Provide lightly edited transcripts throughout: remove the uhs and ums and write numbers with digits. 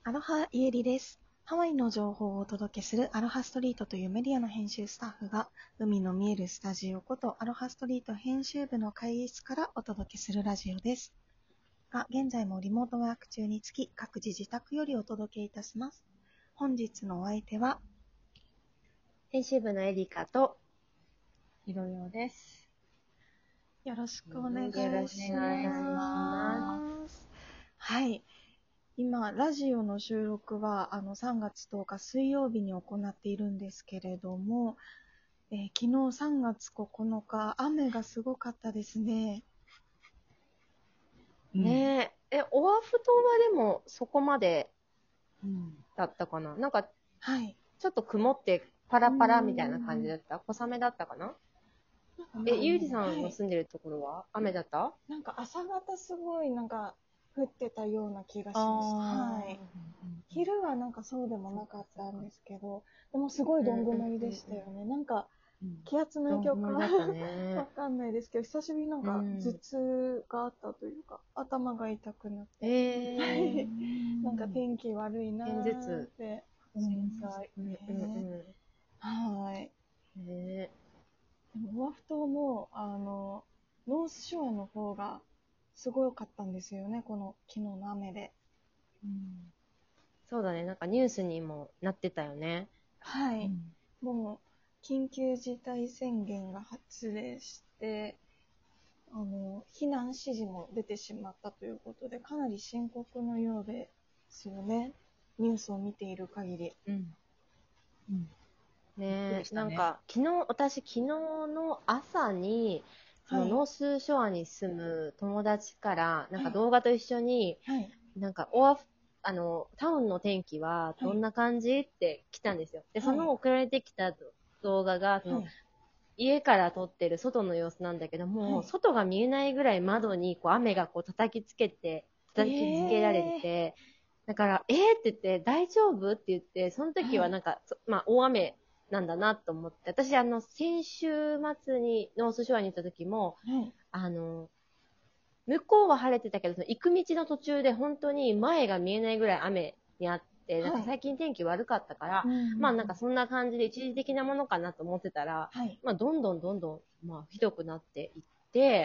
アロハイエリです。ハワイの情報をお届けするアロハストリートというメディアの編集スタッフが海の見えるスタジオことアロハストリート編集部の会議室からお届けするラジオです。現在もリモートワーク中につき各自自宅よりお届けいたします。本日のお相手は編集部のエリカとひろよです。 よろしくお願いしよろしくお願いします。はい。今、ラジオの収録は3月10日水曜日に行っているんですけれども、昨日3月9日、雨がすごかったですね。 ねえ、オアフ島はでもそこまでだったかな、なんか、 はい。 ちょっと曇ってパラパラみたいな感じだった。小雨だったかな。ゆうじさんの住んでるところは雨だった？ なんか朝方すごい降ってたような気がします。はい。昼はそうでもなかったんですけど、でもすごいどん曇りでしたよね。気圧の影響かわかんないですけど、久しぶりに頭痛があったというか、頭が痛くなって、天気悪いなーって思いましたね。はい。でもオアフ島もノースショアの方がすごかったんですよね、この昨日の雨で。 そうだね、なんかニュースにもなってたよね。 はい。もう緊急事態宣言が発令して、避難指示も出てしまったということで、かなり深刻のようですよね。ニュースを見ている限り。 ね、なんか私昨日の朝にそのノースショアに住む友達からなんか動画と一緒に、なんかタウンの天気はどんな感じって来たんですよ。で、その送られてきた動画がその、家から撮ってる外の様子なんだけども、外が見えないぐらい窓にこう雨がこう叩きつけられてて、だからって言って大丈夫って言って、その時はなんか、大雨なんだなと思って、私先週末にノースショアに行った時も、向こうは晴れてたけど、その行く道の途中で本当に前が見えないぐらい雨にあって、なんか最近天気悪かったから、なんかそんな感じで一時的なものかなと思ってたら、どんどん、ひどくなっていって、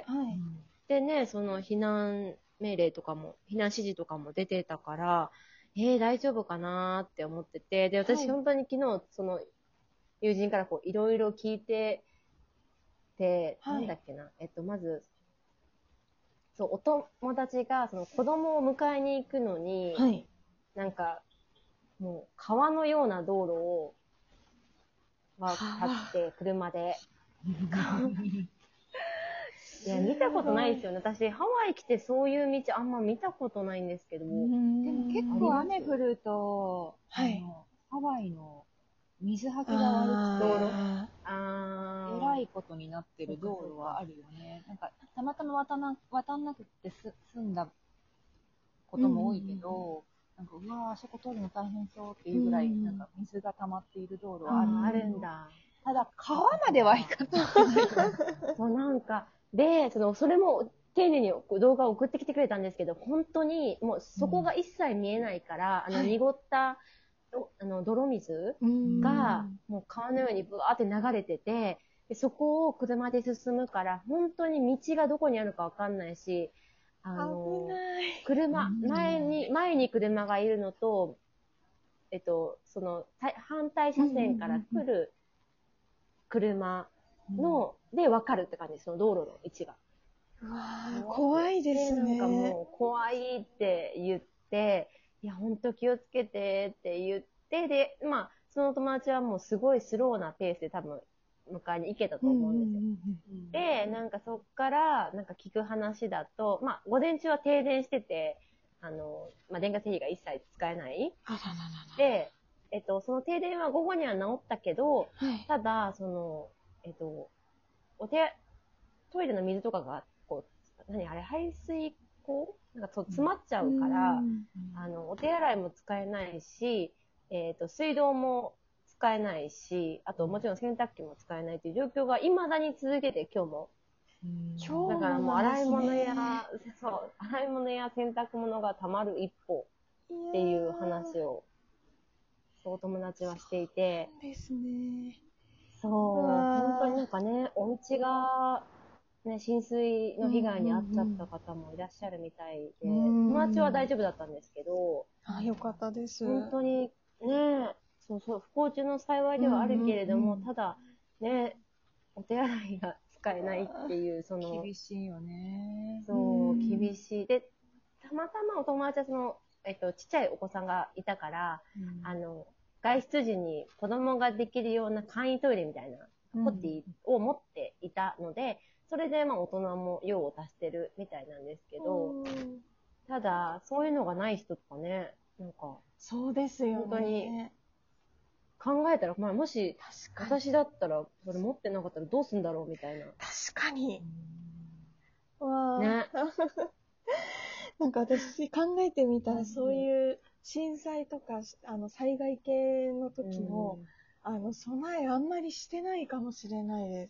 でね、その避難命令とかも、避難指示とかも出てたから、大丈夫かなって思ってて、で、私本当に昨日、その友人からこういろいろ聞いてて、なんだっけな、まず、そう、お友達がその子供を迎えに行くのに、なんかもう川のような道路を渡って車でいや見たことないですよね。私ハワイ来てそういう道あんま見たことないんですけども。 でも結構雨降るとハワイの水はけが悪くてえらいことになってる道路はあるよね。なんかたまたま渡んなくて済んだことも多いけど、なんかうわーあそこ通るの大変そうっていうぐらいなんか水が溜まっている道路はあるんだ。ただ川までは行かない。 そうなんかでそれも丁寧に動画を送ってきてくれたんですけど、本当にもうそこが一切見えないから、濁った泥水がもう川のようにブワーって流れてて、でそこを車で進むから本当に道がどこにあるかわかんないし、前に車がいるのと、その反対車線から来る車で分かるって感じです、その道路の位置が。 うわ怖いですね。 なんかもう怖いって言って、いや本当気をつけてって言って、でその友達はもうすごいスローなペースで多分迎えに行けたと思うんですよ。でなんかそっからなんか聞く話だと、午前中は停電してて、電化製品が一切使えない。で、その停電は午後には治ったけど、ただそのトイレの水とかがこう排水口なんか詰まっちゃうから、お手洗いも使えないし、水道も使えないし、あともちろん洗濯機も使えないという状況が未だに続けて、今日も。だからもう洗い物や洗濯物がたまる一っていう話を、そう友達はしていて。 ですね。 そう、本当になんかね、お家が、ね、浸水の被害に遭っちゃった方もいらっしゃるみたいで、友達は大丈夫だったんですけど、 よかったです。 本当にね、そうそう、不幸中の幸いではあるけれども、ただ、ね、お手洗いが使えないっていう、 厳しいよね。 そう、厳しい。で、たまたまお友達はちっちゃいお子さんがいたから、外出時に子供ができるような簡易トイレみたいな、ポッティを持っていたので、それで大人も用を足してるみたいなんですけど、ただ、そういうのがない人とかね、なんか、 そうですよね。 本当に、考えたら、もし、私だったら、それ持ってなかったらどうすんだろうみたいな。 確かに。わー。ね。 なんか私考えてみたら、そういう震災とか、災害系の時の、備えあんまりしてないかもしれないです。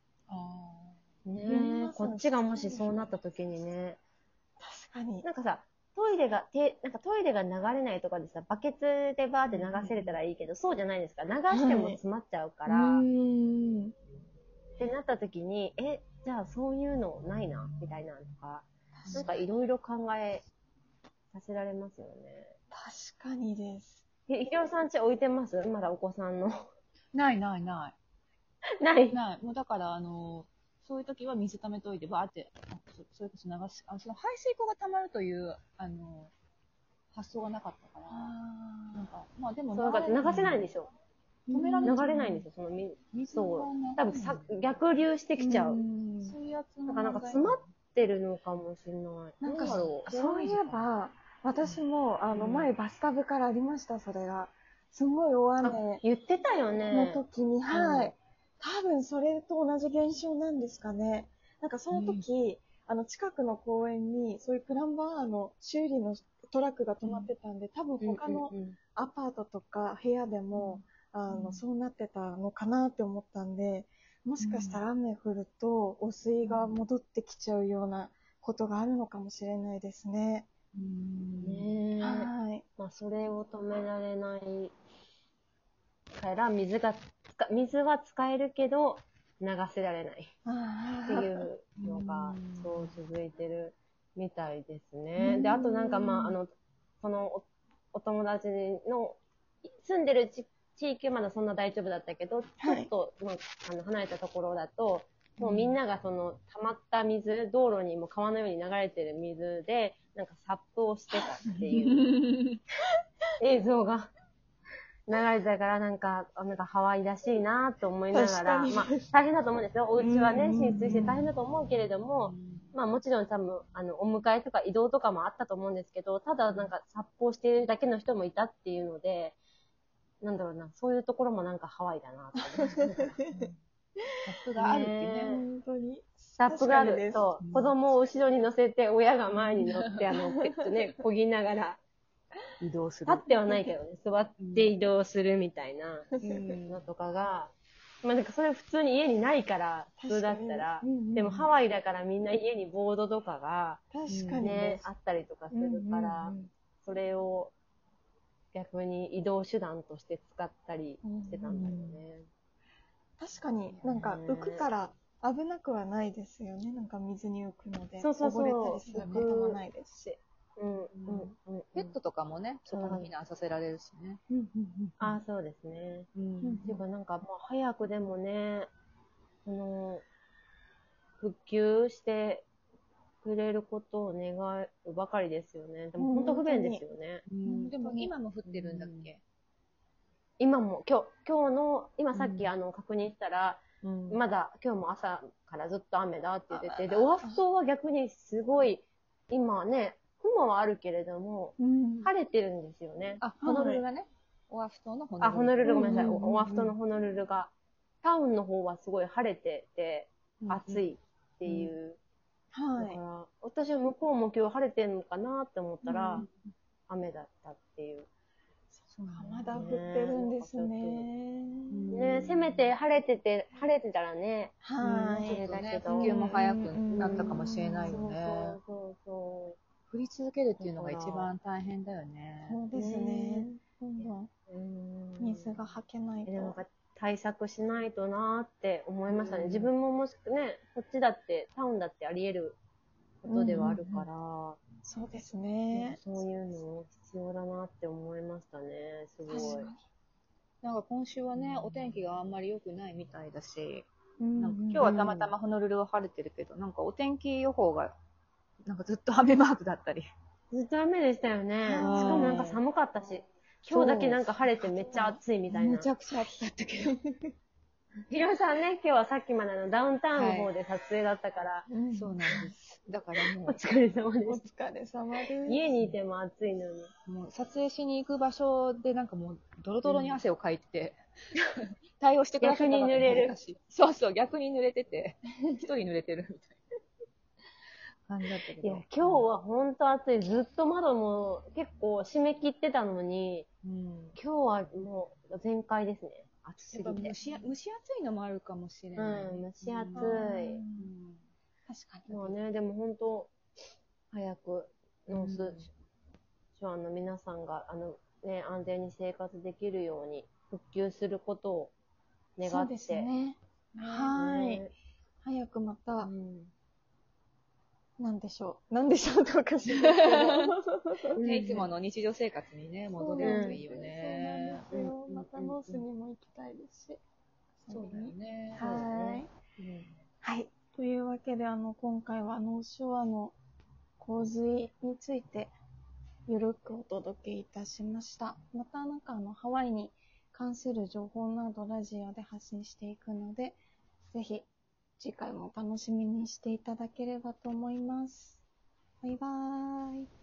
ねえ、こっちがもしそうなった時にね。 確かに。 なんかさ、トイレが流れないとかでさ、バケツでバーって流せれたらいいけど、そうじゃないですか。流しても詰まっちゃうから。ってなった時に、じゃあそういうのないな、みたいなのとか、なんかいろいろ考えさせられますよね。 確かにです。 ひろさん家置いてます？まだお子さんの。 ない。 ない。 もうだから、そういう時は水溜めといて、バーって、それこそ流し、その排水口が溜まるという、発想がなかったから、なんか、まあでも流せないんでしょ。 止められない。 流れないんですよ、その水。そう。多分逆流してきちゃう。 そういうやつのなんか詰まってるのかもしれない。 なんかそういえば、私も、前バスタブからありました、それが。すごい大雨。 言ってたよね。 の時に、はい。多分それと同じ現象なんですかね。なんかその時、近くの公園に、そういうプランバーの修理のトラックが止まってたんで、多分他のアパートとか部屋でも、そうなってたのかなって思ったんで、もしかしたら雨降ると、汚水が戻ってきちゃうようなことがあるのかもしれないですね。 はい。まあ、それを止められないから水は使えるけど流せられないっていうのがそう続いてるみたいですね。で、あとなんかそのお友達の住んでる地域はまだそんな大丈夫だったけど、ちょっと、離れたところだと、もうみんなが溜まった水、道路にも川のように流れてる水で、なんかサップをしてたっていう映像が流れてたから、なんかハワイらしいなと思いながら、まあ大変だと思うんですよ。お家はね、浸水して大変だと思うけれども、まあもちろん多分、お迎えとか移動とかもあったと思うんですけど、ただなんかサップをしているだけの人もいたっていうので、なんだろうな、そういうところもなんかハワイだなと思って。 サップがあるってね。 本当に。 サップがあると、子供を後ろに乗せて、親が前に乗って、漕ぎながら、 移動する。 立ってはないけどね、座って移動するみたいなのとかが、まあなんかそれ普通に家にないから、普通だったら、でもハワイだからみんな家にボードとかが、ね、あったりとかするから、それを逆に移動手段として使ったりしてたんだよね。 確かになんか浮くから危なくはないですよね。なんか水に浮くので。 そう。 溺れたりすることもないですし。 ペットとかもね、そこに避難させられるしね。 ああ、そうですね。ていうかなんかもう早くでもね、復旧してくれることを願うばかりですよね。でも本当不便ですよね。 でも今も降ってるんだっけ？ 今も、今日さっき確認したら、まだ今日も朝からずっと雨だって言ってて、で、オアフ島は逆にすごい、今ね、雲はあるけれども、晴れてるんですよね。 ホノルルがね。オアフ島のホノルル。 ホノルルごめんなさい。オアフ島のホノルルが。タウンの方はすごい晴れてて、暑いっていう。だから、私は向こうも今日晴れてるのかなって思ったら、雨だったっていう。 まだ降ってるんですね。 ね、せめて晴れてたらね。 普及も早くなったかもしれないよね。 そう。 降り続けるっていうのが一番大変だよね。 そうですね。どんどん水がはけないと。 でも対策しないとなーって思いましたね。自分ももしね、こっちだって、タウンだってあり得ることではあるから、 そうですね。 そういうの必要だなって思いましたね、すごい。 確かに。なんか今週はね、お天気があんまり良くないみたいだし、なんか今日はたまたまホノルルは晴れてるけど、なんかお天気予報がなんかずっと雨マークだったり。 ずっと雨でしたよね。しかもなんか寒かったし、今日だけなんか晴れてめっちゃ暑いみたいな。 めちゃくちゃ暑かったけど。 ひろみさんね、今日はさっきまでダウンタウンの方で撮影だったから。 そうなんです。だからもう。 お疲れ様です。 お疲れ様です。 家にいても暑いのに。 もう撮影しに行く場所でなんかもうドロドロに汗をかいてて、対応してくださった方もいたし。そうそう、逆に濡れてて、一人濡れてるみたいな感じだったけど。 いや、今日は本当暑い。ずっと窓も結構閉め切ってたのに、今日はもう全開ですね。暑すぎて。 蒸し暑いのもあるかもしれない。 蒸し暑い。 確かに。 もうね、でも本当、早くノースショアの皆さんが、安全に生活できるように復旧することを願って。そうですね。はい。早くまた、なんでしょうとおかしいですけど。 いつもの日常生活にね、戻れるといいよね。そうなんですよ。またノースにも行きたいですし。 そうだよね。 はい。はい。というわけで、今回はノースショアの洪水について、ゆるくお届けいたしました。またなんかハワイに関する情報などラジオで発信していくので、ぜひ次回も楽しみにしていただければと思います。バイバーイ。